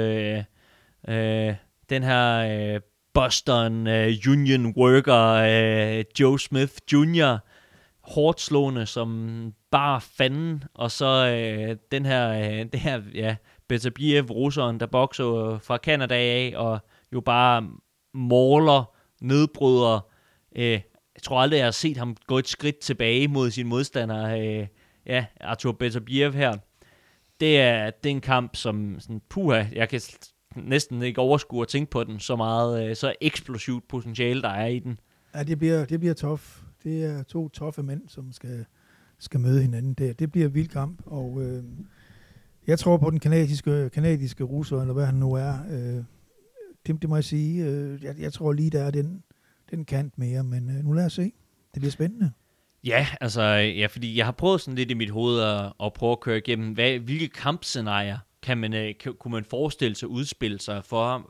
den her Boston Union Worker Joe Smith Jr., hårdt slående som bare fanden, og så det her Beterbiev, russeren, der bokser fra Canada af, og jo bare måler, nedbryder. Jeg tror aldrig, jeg har set ham gå et skridt tilbage mod sin modstander, Artur Beterbiev her. Det er en kamp, som sådan, jeg kan næsten ikke overskue at tænke på den, så meget, så eksplosivt potentiale, der er i den. Ja, det bliver tough. Det er 2 toffe mænd, som skal møde hinanden der. Det bliver en vild kamp, og jeg tror på den kanadiske russer, eller hvad han nu er. Det må jeg sige. Jeg tror lige, der er den kant mere, men nu lad os se. Det bliver spændende. Ja, fordi jeg har prøvet sådan lidt i mit hoved at prøve at køre igennem, hvilke kampscenarier kunne man forestille sig udspille sig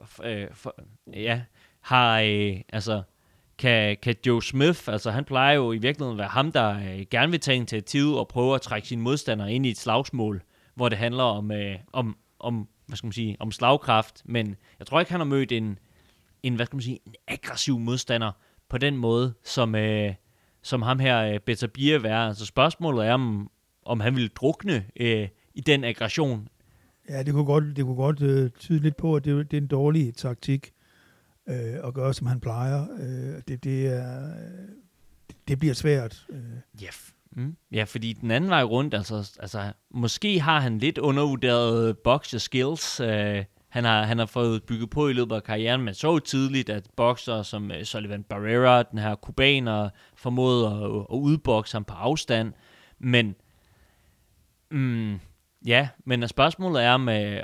kan Joe Smith, han plejer jo i virkeligheden at være ham, der gerne vil tage initiativ og prøve at trække sine modstandere ind i et slagsmål, hvor det handler om slagkraft, men jeg tror ikke, han har mødt en aggressiv modstander på den måde, som ham her Beterbiev er. Altså spørgsmålet er, om han ville drukne i den aggression. Ja, det kunne godt tyde lidt på, at det er en dårlig taktik at gøre, som han plejer. Det bliver svært. Ja, fordi den anden vej rundt, måske har han lidt undervurderet boxe skills, han har fået bygget på i løbet af karrieren, men så tidligt, at bokser som Sullivan Barrera, den her kubaner, formåede at udbokse ham på afstand. Men men spørgsmålet er,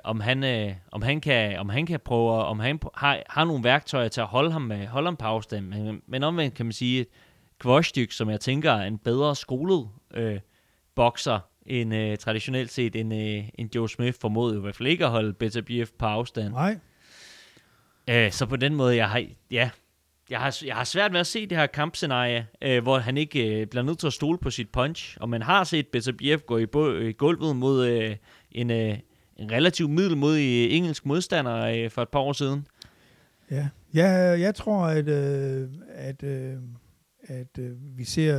om han kan prøve, om han har nogle værktøjer til at holde ham på afstand. Men omvendt kan man sige, at Gvozdyk, som jeg tænker er en bedre skolet bokser end traditionelt set end Joe Smith, formåede i hvert fald ikke at holde Beterbiev på afstand. Nej. Så på den måde, jeg har svært ved at se det her kampscenarie, hvor han ikke bliver nødt til at stole på sit punch. Og man har set Beterbiev gå i gulvet mod en relativt middelmodig engelsk modstander for et par år siden. Ja, jeg tror, at vi ser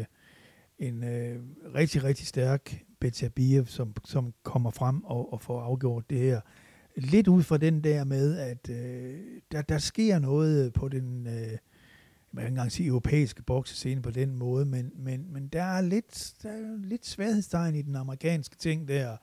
en rigtig, rigtig stærk Beterbiev, som kommer frem og får afgjort det her. Lidt ud fra den der med, at der sker noget på den, man kan ikke engang sige europæiske boksescene på den måde, men der er lidt svaghedstegn i den amerikanske ting der,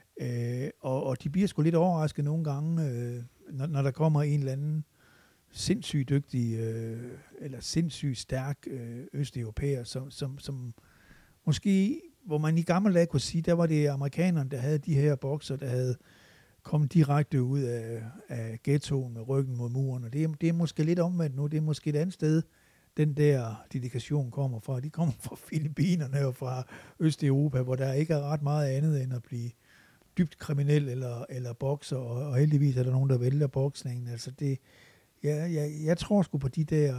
og de bliver sgu lidt overrasket nogle gange, når der kommer en eller anden sindssygt dygtig, eller sindssygt stærk østeuropæer, som måske, hvor man i gamle dage kunne sige, der var det amerikanerne, der havde de her bokser, der havde kommet direkte ud af ghettoen med ryggen mod muren, og det er måske lidt omvendt nu, det er måske et andet sted, den der dedikation kommer fra. De kommer fra Filippinerne og fra Østeuropa, hvor der ikke er ret meget andet end at blive dybt kriminel eller bokser, og heldigvis er der nogen, der vælger boksningen. Altså det, jeg tror sgu på de der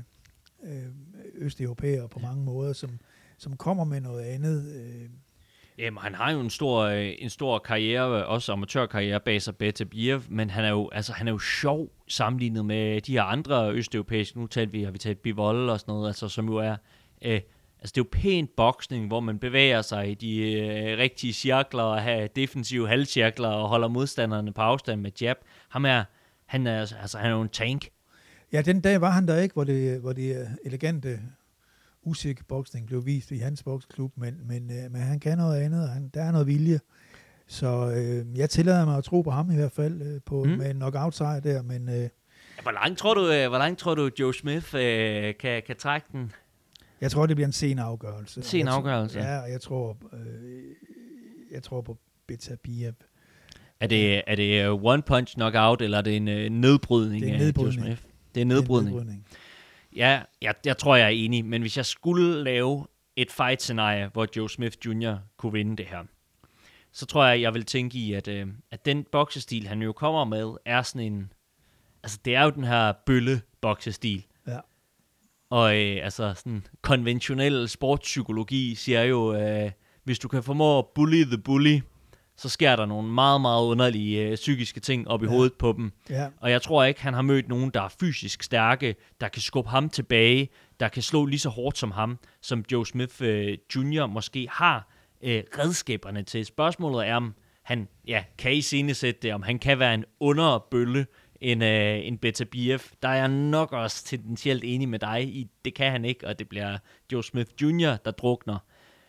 østeuropæere på mange måder, som kommer med noget andet. Jamen, han har jo en stor karriere, også amatørkarriere bag sig, Beterbiev, men han er jo sjov sammenlignet med de her andre østeuropæiske. Nu har vi talt Bivol og sådan noget, altså som jo er, det er jo pænt boksning, hvor man bevæger sig i de rigtige cirkler og har defensive halvcirkler og holder modstanderne på afstand med jab. Han er jo en tank. Ja, den dag var han der ikke, hvor det elegante boksning blev vist i hans boksklub, men han kan noget andet, og der er noget vilje. Så jeg tillader mig at tro på ham i hvert fald, med en knockout-sejr der, men... Hvor langt tror du Joe Smith kan trække den? Jeg tror, det bliver en sen afgørelse. Sen afgørelse? Ja, og jeg tror på Beterbiev. Er det one punch knockout, eller er det en nedbrydning af Joe Smith? Det er nedbrydning. Ja, jeg tror, jeg er enig, men hvis jeg skulle lave et fight-scenarie, hvor Joe Smith Jr. kunne vinde det her, så tror jeg vil tænke i, at den boksestil, han jo kommer med, er sådan en... Altså, det er jo den her bølle-boksestil. Ja. Og sådan konventionel sportspsykologi siger jo, hvis du kan formå at bully the bully, så sker der nogle meget, meget underlige psykiske ting op i hovedet på dem. Ja. Og jeg tror ikke, han har mødt nogen, der er fysisk stærke, der kan skubbe ham tilbage, der kan slå lige så hårdt som ham, som Joe Smith Jr. måske har redskaberne til. Spørgsmålet er, om han kan iscenesætte det, om han kan være en underbølle end Beterbiev. Der er jeg nok også potentielt enig med dig i, det kan han ikke, og det bliver Joe Smith Jr., der drukner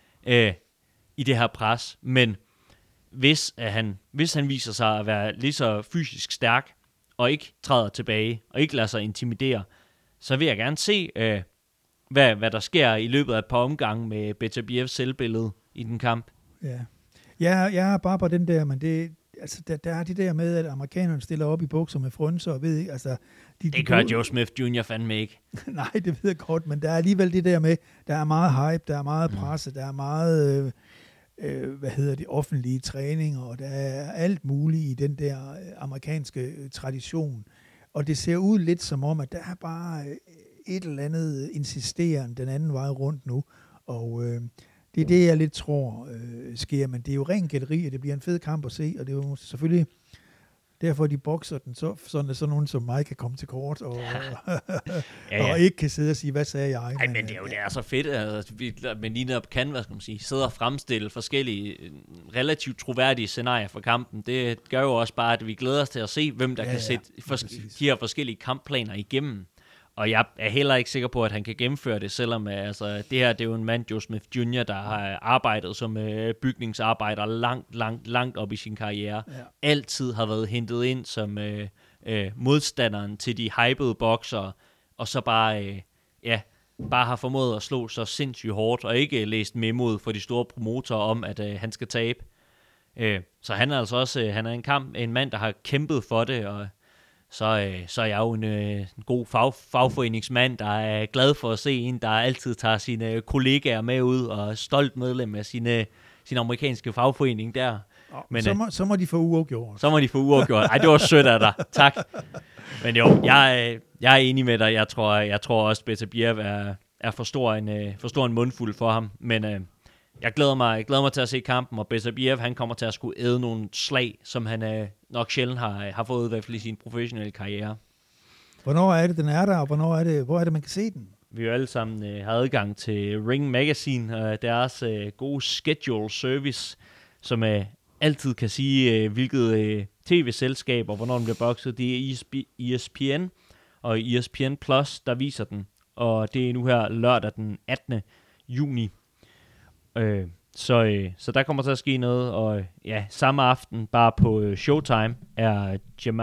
i det her pres. Men hvis han viser sig at være lige så fysisk stærk, og ikke træder tilbage, og ikke lader sig intimidere, så vil jeg gerne se, hvad der sker i løbet af et par omgange med Beterbievs selvbillede i den kamp. Ja, jeg er bare på den der, men det, altså, der er det der med, at amerikanerne stiller op i bukser med frynser, og ved ikke, altså... Det gør Joe Smith Jr. fandme ikke. Nej, det ved jeg godt, men der er alligevel det der med, der er meget hype, der er meget presse, der er meget... offentlige træninger, og der er alt muligt i den der amerikanske tradition. Og det ser ud lidt som om, at der er bare et eller andet insisterende den anden vej rundt nu. Og det er det, jeg lidt tror sker. Men det er jo ren gætteri, og det bliver en fed kamp at se, og det er jo selvfølgelig derfor, de bokser den, sådan nogen som mig kan komme til kort, og, og ikke kan sidde og sige, hvad sagde jeg? Nej, men det er så fedt, at vi med lige op kan, sidde og fremstille forskellige, relativt troværdige scenarier for kampen. Det gør jo også bare, at vi glæder os til at se, hvem der kan sætte de her forskellige kampplaner igennem. Og jeg er heller ikke sikker på, at han kan gennemføre det, selvom altså, det her det er jo en mand, Joe Smith Jr., der har arbejdet som bygningsarbejder langt op i sin karriere. Ja. Altid har været hentet ind som modstanderen til de hypede boksere, og så bare har formået at slå så sindssygt hårdt, og ikke læst memoet for de store promotorer om, at han skal tabe. Så han er altså også en mand, der har kæmpet for det, og så er jeg jo en god fagforeningsmand, der er glad for at se en, der altid tager sine kollegaer med ud, og er stolt medlem af sin amerikanske fagforening der. Men, så må de få uafgjort. Så må de få uafgjort. Ej, det var sødt af dig. Tak. Men jo, jeg er enig med dig. Jeg tror også, Beterbiev er for stor en mundfuld for ham. Men jeg glæder mig til at se kampen, og Beterbiev, han kommer til at skulle æde nogle slag, som han nok sjældent har fået, i hvert fald i sin professionelle karriere. Hvornår er det, den er der, og hvor er det, man kan se den? Vi jo alle sammen har adgang til Ring Magazine, og deres gode schedule service, som altid kan sige, hvilket tv-selskab og hvornår den bliver bokset. Det er ESPN og ESPN Plus, der viser den. Og det er nu her lørdag den 18. juni. Så der kommer til at ske noget. Og ja, samme aften, bare på Showtime, er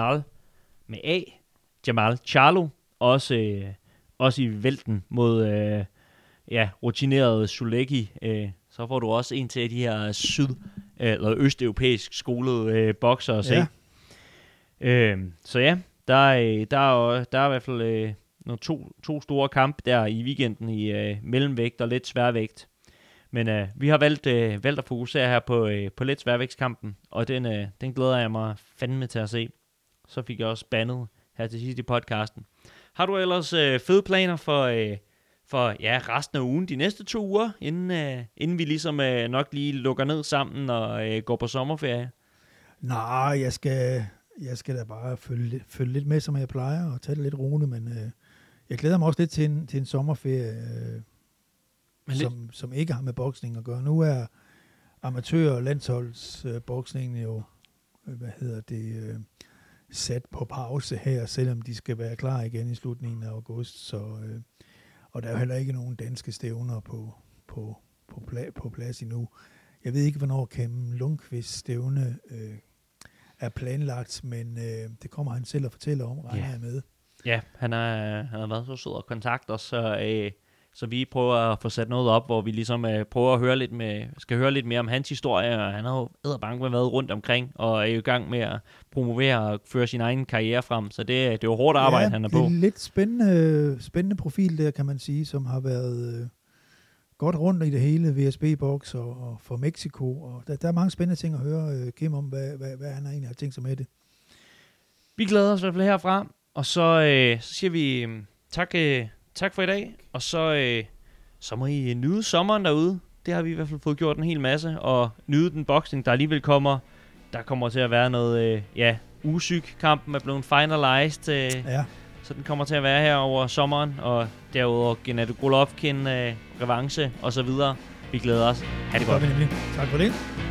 Jamal Charlo, også i vælten mod rutineret Sulecki. Så får du også en til de her eller østeuropæisk skolede bokser at se. Ja. Så ja, der er i hvert fald to store kampe der i weekenden i mellemvægt og lidt sværvægt. Men vi har valgt at fokusere her på lidt sværvægtskampen, og den glæder jeg mig fandme til at se. Så fik jeg også bandet her til sidst i podcasten. Har du ellers fede planer for resten af ugen, de næste 2 uger, inden vi ligesom nok lige lukker ned sammen og går på sommerferie? Nej, jeg skal da bare følge lidt med, som jeg plejer, og tage det lidt roligt, men jeg glæder mig også lidt til en sommerferie, som ikke har med boksning at gøre. Nu er amatør- og landsholdsboksningen jo, sat på pause her, selvom de skal være klar igen i slutningen af august, så... Og der er jo heller ikke nogen danske stævner på plads endnu. Jeg ved ikke, hvornår Kim Lundqvist stævne er planlagt, men det kommer han selv at fortælle om, regner jeg med. Ja, han har været så sød og kontakt os, så vi prøver at få sat noget op, hvor vi ligesom prøver at skal høre lidt mere om hans historie, og han har jo edderbanke været rundt omkring, og er i gang med at promovere og føre sin egen karriere frem, så det er jo hårdt arbejde, han er på. Det er en lidt spændende profil der, kan man sige, som har været godt rundt i det hele, VSB-boks og for Mexico, og der er mange spændende ting at høre Kim om, hvad han egentlig har tænkt sig med det. Vi glæder os i hvert fald herfra, og så siger vi tak for i dag, og så må I nyde sommeren derude. Det har vi i hvert fald fået gjort en hel masse, og nyde den boksning, der alligevel kommer. Der kommer til at være noget, usyk-kampen er blevet finalized, så den kommer til at være her over sommeren, og derudover Gennady Golovkin, revanche og så videre. Vi glæder os. Ha' det godt. Tak for det.